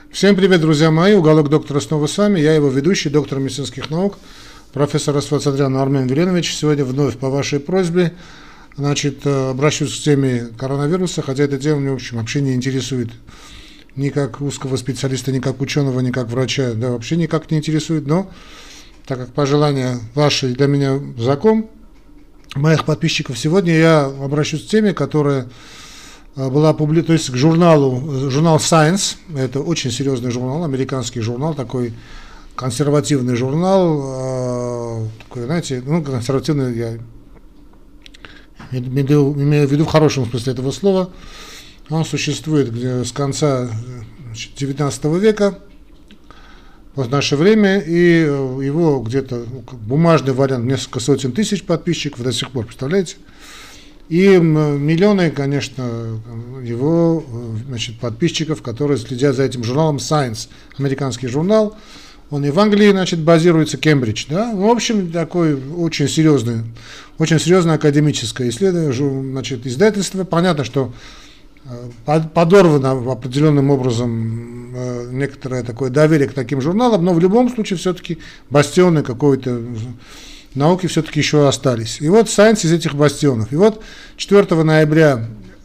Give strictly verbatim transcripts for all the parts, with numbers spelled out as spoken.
Всем привет, друзья мои! Уголок доктора снова с вами. Я его ведущий, доктор медицинских наук, профессор Асфальцадрян Армен Веленович. Сегодня вновь по вашей просьбе значит, обращусь к теме коронавируса, хотя эта тема меня, в общем, вообще не интересует ни как узкого специалиста, ни как ученого, ни как врача, да, вообще никак не интересует, но так как пожелания ваши для меня закон, моих подписчиков, сегодня я обращусь к теме, которая была опубликована, то есть к журналу, журнал Science, это очень серьезный журнал, американский журнал, такой консервативный журнал, такой, знаете, ну, консервативный, я имею в виду в хорошем смысле этого слова, он существует с конца девятнадцатого века, в наше время, и его где-то бумажный вариант, несколько сотен тысяч подписчиков до сих пор, представляете? И миллионы, конечно, его значит, подписчиков, которые следят за этим журналом Science, американский журнал. Он и в Англии, значит, базируется, Кембридж, да. Ну, в общем, такой очень серьезный, очень серьезное академическое исследование, значит, издательство. Понятно, что подорвано определенным образом некоторое такое доверие к таким журналам, но в любом случае все-таки бастионы какой-то науки все-таки еще остались. И вот Science из этих бастионов. И вот четвёртого ноября,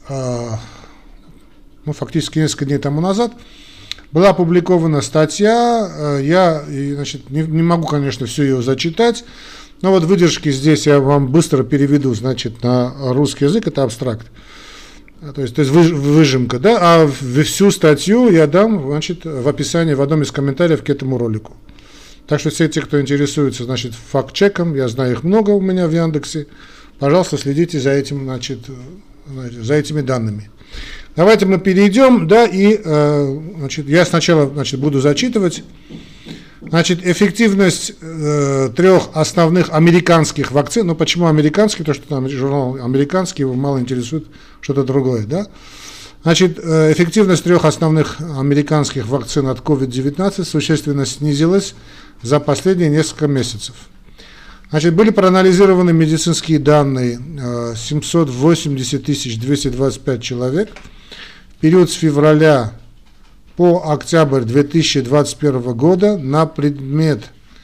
ну, фактически несколько дней тому назад, была опубликована статья. Я, значит, не, не могу, конечно, все ее зачитать, но вот выдержки здесь я вам быстро переведу, значит, на русский язык, это абстракт. То есть, то есть выжимка, да, а всю статью я дам, значит, в описании, в одном из комментариев к этому ролику. Так что все те, кто интересуется, значит, факт-чеком, я знаю их много у меня в Яндексе, пожалуйста, следите за этим, значит, за этими данными. Давайте мы перейдем, да, и, значит, я сначала, значит, буду зачитывать. Значит, эффективность э, трех основных американских вакцин. Ну, почему американский? Потому что там журнал американский, его мало интересует что-то другое, да? Значит, э, эффективность трех основных американских вакцин от ковид девятнадцать существенно снизилась за последние несколько месяцев. Значит, были проанализированы медицинские данные э, семьсот восемьдесят тысяч двести двадцать пять человек. В период с февраля по октябрь две тысячи двадцать первого года на предмет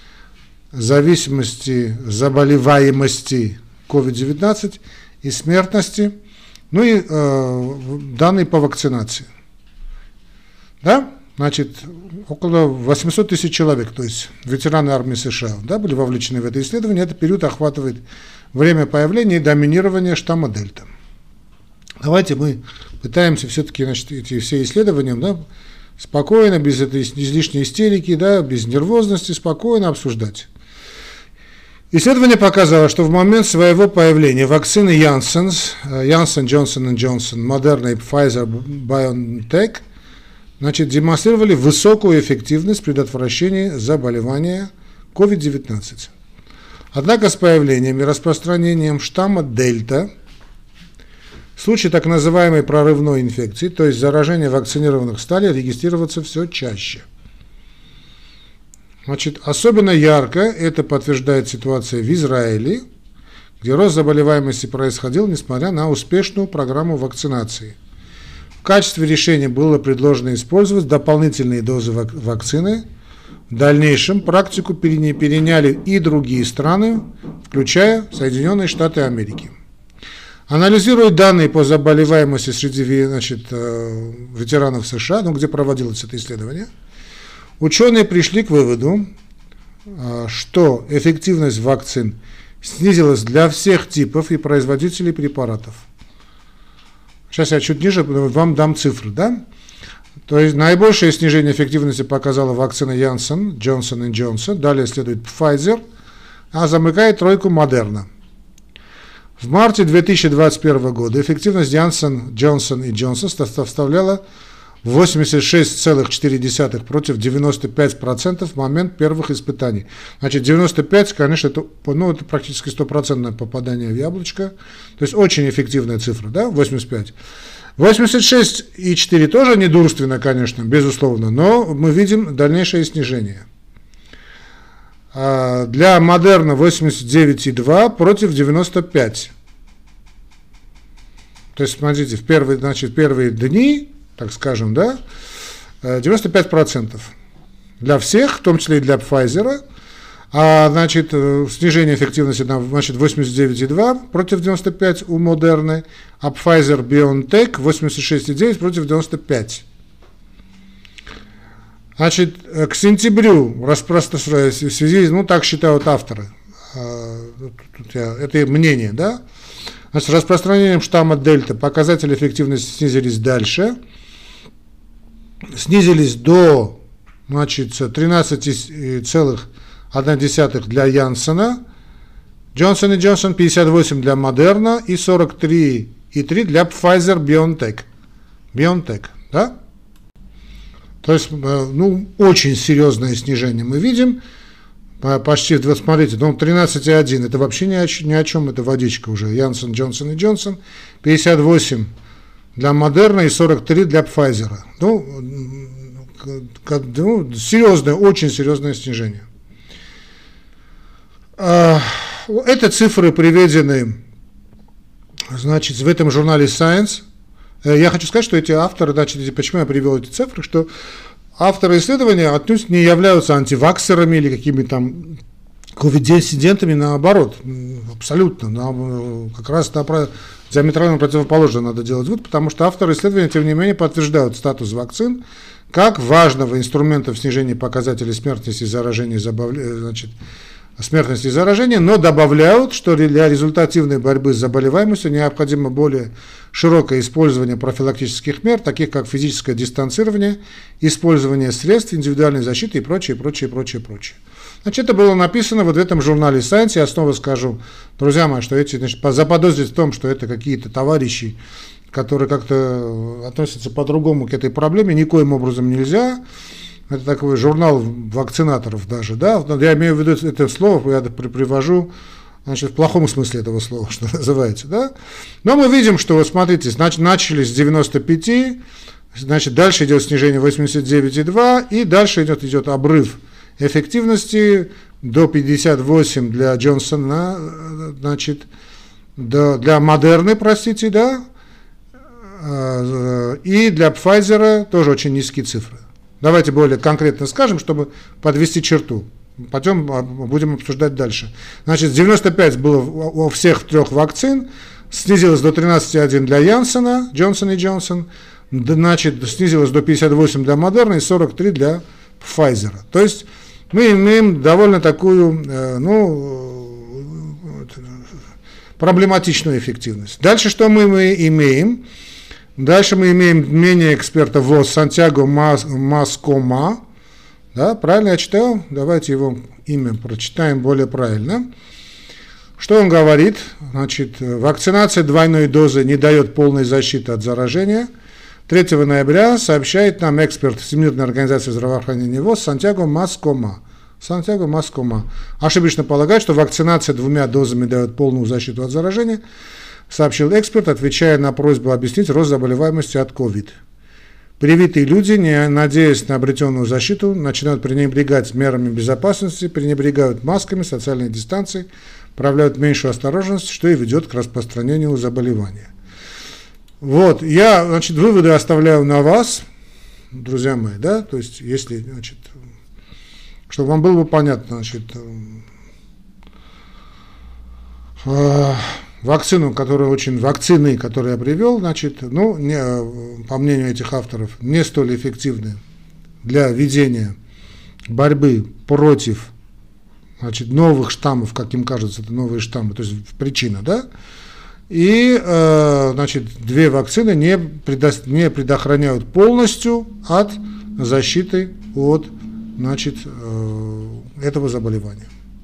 зависимости, заболеваемости ковид девятнадцать и смертности, ну и э, данные по вакцинации. Да? Значит, около восемьсот тысяч человек, то есть ветераны армии США, да, были вовлечены в это исследование. Этот период охватывает время появления и доминирования штамма Дельта. Давайте мы пытаемся все-таки, значит, эти все исследования, да, спокойно, без этой излишней истерики, да, без нервозности, спокойно обсуждать. Исследование показало, что в момент своего появления вакцины Janssen, Janssen, Johnson энд Johnson, Moderna и Pfizer BioNTech, значит, демонстрировали высокую эффективность предотвращения заболевания ковид девятнадцать. Однако с появлением и распространением штамма Дельта случаи так называемой прорывной инфекции, то есть заражения вакцинированных, стали регистрироваться все чаще. Значит, особенно ярко это подтверждает ситуация в Израиле, где рост заболеваемости происходил, несмотря на успешную программу вакцинации. В качестве решения было предложено использовать дополнительные дозы вак- вакцины. В дальнейшем практику переняли и другие страны, включая Соединенные Штаты Америки. Анализируя данные по заболеваемости среди, значит, ветеранов США, ну, где проводилось это исследование, ученые пришли к выводу, что эффективность вакцин снизилась для всех типов и производителей препаратов. Сейчас я чуть ниже вам дам цифры, да? То есть наибольшее снижение эффективности показала вакцина Janssen, Johnson энд Johnson, далее следует Pfizer, а замыкает тройку Moderna. В марте две тысячи двадцать первого года эффективность Janssen, Johnson и Johnson составляла восемьдесят шесть целых четыре десятых против девяноста пяти процентов в момент первых испытаний. Значит, девяносто пять, конечно, это, ну, это практически стопроцентное попадание в яблочко. То есть очень эффективная цифра, да, восемьдесят пять. восемьдесят шесть и четыре тоже недурственно, конечно, безусловно, но мы видим дальнейшее снижение. Для Moderna восемьдесят девять и два против девяноста пяти. То есть, смотрите, в первые, значит, первые дни, так скажем, да, девяносто пять процентов для всех, в том числе и для Pfizer. А, значит, снижение эффективности, значит, восемьдесят девять и два против девяносто пять у Модерны, а Pfizer BioNTech восемьдесят шесть и девять против девяносто пять. Значит, к сентябрю распространяется в связи, ну, так считают авторы, это мнение, да, с распространением штамма Дельта показатели эффективности снизились дальше, снизились до, значит, тринадцать целых одна десятая для Янсена, Джонсон и Джонсон пятьдесят восемь для Модерна и сорок три и три для Pfizer BioNTech. BioNTech, да? То есть, ну, очень серьезное снижение мы видим, почти, вот смотрите, ну, тринадцать и один, это вообще ни о, ни о чем, это водичка уже, Янсен, Джонсон и Джонсон, пятьдесят восемь для Модерна и сорок три для Pfizer. Ну, ну, серьезное, очень серьезное снижение. Это цифры приведены, значит, в этом журнале Science. Я хочу сказать, что эти авторы, значит, почему я привел эти цифры, что авторы исследования отнюдь не являются антиваксерами или какими-то там ковид-диссидентами, наоборот, абсолютно, на, как раз на, диаметрально противоположно надо делать вывод, потому что авторы исследования, тем не менее, подтверждают статус вакцин как важного инструмента в снижении показателей смертности, заражения, значит, смертности и заражения, но добавляют, что для результативной борьбы с заболеваемостью необходимо более широкое использование профилактических мер, таких как физическое дистанцирование, использование средств индивидуальной защиты и прочее, прочее, прочее, прочее. Значит, это было написано вот в этом журнале Science. Я снова скажу, друзья мои, что эти, значит, заподозрить в том, что это какие-то товарищи, которые как-то относятся по-другому к этой проблеме, никоим образом нельзя. Это такой журнал вакцинаторов даже, да, я имею в виду это слово, я привожу, значит, в плохом смысле этого слова, что называется, да. Но мы видим, что, вот смотрите, значит, начали с девяноста пяти, значит, дальше идет снижение восемьдесят девять и два, и дальше идет, идет обрыв эффективности до пятьдесят восемь для Джонсона, значит, до, для Модерны, простите, да, и для Pfizer тоже очень низкие цифры. Давайте более конкретно скажем, чтобы подвести черту. Потом будем обсуждать дальше. Значит, девяносто пять было у всех трех вакцин, снизилось до тринадцать и один для Янсена, Джонсон и Джонсон, значит, снизилось до пятьдесят восемь для Модерна и сорок три для Pfizer. То есть мы имеем довольно такую, ну, проблематичную эффективность. Дальше что мы, мы имеем? Дальше мы имеем мнение эксперта ВОЗ Сантьяго Маскома. Да, правильно я читаю? Давайте его имя прочитаем более правильно. Что он говорит? Значит, вакцинация двойной дозы не дает полной защиты от заражения. третьего ноября сообщает нам эксперт Всемирной организации здравоохранения ВОЗ Сантьяго Маскома. Сантьяго Маскома ошибочно полагает, что вакцинация двумя дозами дает полную защиту от заражения, сообщил эксперт, отвечая на просьбу объяснить рост заболеваемости от ковид. Привитые люди, не надеясь на обретенную защиту, начинают пренебрегать мерами безопасности, пренебрегают масками, социальной дистанцией, проявляют меньшую осторожность, что и ведет к распространению заболевания. Вот, я, значит, выводы оставляю на вас, друзья мои, да, то есть, если, значит, чтобы вам было бы понятно, значит, э, вакцину, которую очень, вакцины, которые я привел, значит, ну, не, по мнению этих авторов, не столь эффективны для ведения борьбы против, значит, новых штаммов, как им кажется, это новые штаммы, то есть причина, да, и, э, значит, две вакцины не, предо, не предохраняют полностью от защиты от, значит, э, этого заболевания.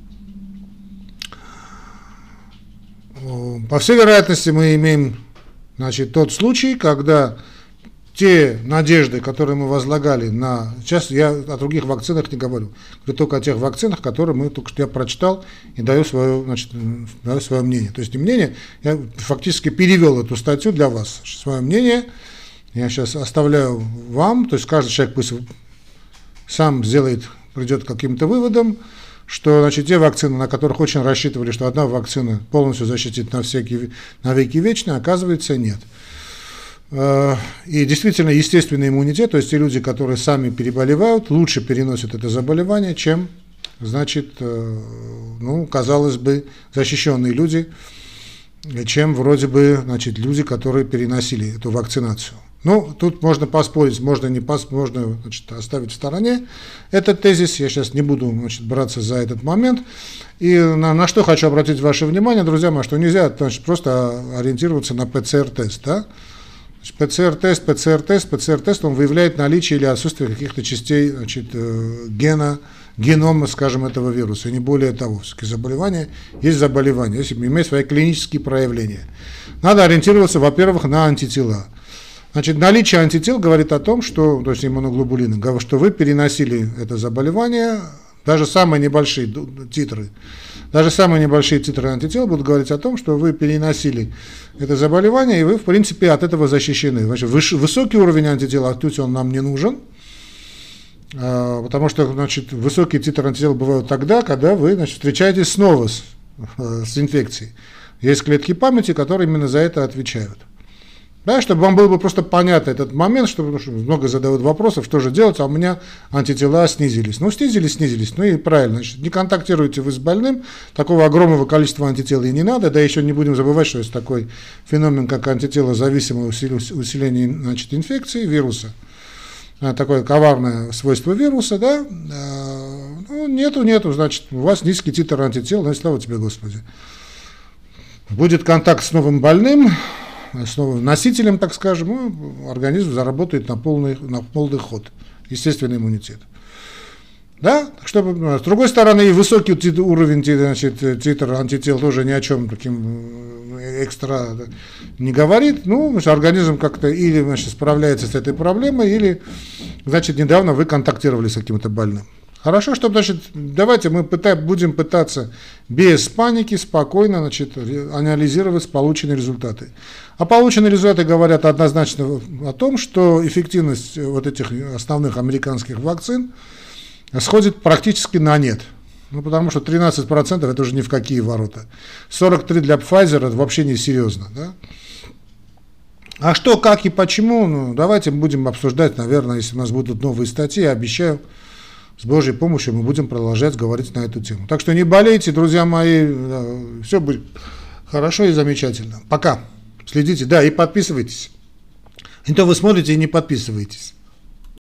По всей вероятности мы имеем, значит, тот случай, когда те надежды, которые мы возлагали на... Сейчас я о других вакцинах не говорю, говорю только о тех вакцинах, которые мы только что я прочитал и даю свое, значит, даю свое мнение. То есть не мнение, я фактически перевел эту статью для вас. Свое мнение я сейчас оставляю вам, то есть каждый человек пусть сам сделает, придет к каким-то выводам, что, значит, те вакцины, на которых очень рассчитывали, что одна вакцина полностью защитит на, всякие, на веки вечные, оказывается, нет. И действительно естественный иммунитет, то есть те люди, которые сами переболевают, лучше переносят это заболевание, чем, значит, ну, казалось бы, защищенные люди, чем вроде бы, значит, люди, которые переносили эту вакцинацию. Ну, тут можно поспорить, можно не пос, можно, значит, оставить в стороне этот тезис. Я сейчас не буду, значит, браться за этот момент. И на, на что хочу обратить ваше внимание, друзья мои, что нельзя, значит, просто ориентироваться на ПЦР-тест, да? ПЦР-тест, ПЦР-тест, ПЦР-тест, он выявляет наличие или отсутствие каких-то частей, значит, гена, генома, скажем, этого вируса, и не более того. Все-таки заболевание есть заболевание, если имеет свои клинические проявления. Надо ориентироваться, во-первых, на антитела. Значит, наличие антител говорит о том, что, то есть иммуноглобулины, что вы переносили это заболевание, даже самые небольшие титры, даже самые небольшие титры антител будут говорить о том, что вы переносили это заболевание, и вы, в принципе, от этого защищены. Значит, высокий уровень антител, отнюдь он нам не нужен, потому что, значит, высокие титры антител бывают тогда, когда вы, значит, встречаетесь снова с, с инфекцией. Есть клетки памяти, которые именно за это отвечают. Да, чтобы вам было бы просто понятно этот момент, что, потому что много задают вопросов, что же делать, а у меня антитела снизились. Ну, снизились, снизились, ну и правильно, значит, не контактируете вы с больным, такого огромного количества антител и не надо, да еще не будем забывать, что есть такой феномен, как антителозависимое усиление, значит, инфекции, вируса, такое коварное свойство вируса, да, ну, нету, нету, значит, у вас низкий титр антител, ну и слава тебе, Господи. Будет контакт с новым больным, с новым носителем, так скажем, ну, организм заработает на полный, на полный ход, естественный иммунитет. Да? Чтобы, с другой стороны, и высокий уровень, значит, титр антител тоже ни о чем таким экстра не говорит. Ну, организм как-то или, значит, справляется с этой проблемой, или, значит, недавно вы контактировали с каким-то больным. Хорошо, что, значит, давайте мы пытаем, будем пытаться без паники, спокойно, значит, анализировать полученные результаты. А полученные результаты говорят однозначно о том, что эффективность вот этих основных американских вакцин сходит практически на нет. Ну, потому что тринадцать процентов это уже ни в какие ворота. сорок три для Pfizer это вообще не серьезно, да? А что, как и почему, ну, давайте будем обсуждать, наверное, если у нас будут новые статьи, я обещаю, с Божьей помощью мы будем продолжать говорить на эту тему. Так что не болейте, друзья мои, все будет хорошо и замечательно. Пока. Следите, да, и подписывайтесь. Не то вы смотрите и не подписываетесь.